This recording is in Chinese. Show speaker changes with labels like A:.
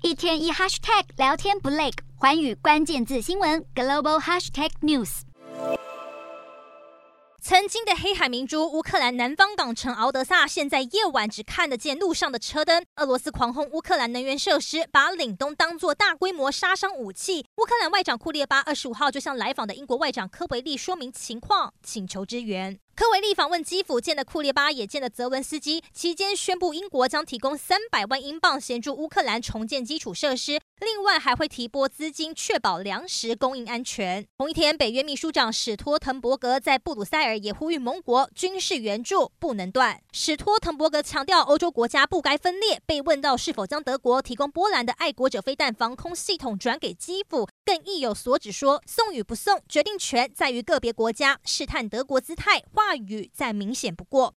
A: 一天一 hashtag 聊天不累，寰宇关键字新闻 global hashtag news。
B: 曾经的黑海明珠乌克兰南方港城敖德萨，现在夜晚只看得见路上的车灯。俄罗斯狂轰乌克兰能源设施，把凛冬当作大规模杀伤武器。乌克兰外长库列巴25号就向来访的英国外长科维利说明情况，请求支援。科维利访问基辅，见了库列巴，也见了泽伦斯基，期间宣布英国将提供300万英镑协助乌克兰重建基础设施，另外还会提拨资金确保粮食供应安全。同一天，北约秘书长史托滕伯格在布鲁塞尔也呼吁盟国军事援助不能断。史托滕伯格强调，欧洲国家不该分裂。被问到是否将德国提供波兰的爱国者飞弹防空系统转给基辅，更意有所指说，送与不送，决定权在于个别国家，试探德国姿态，话语再明显不过。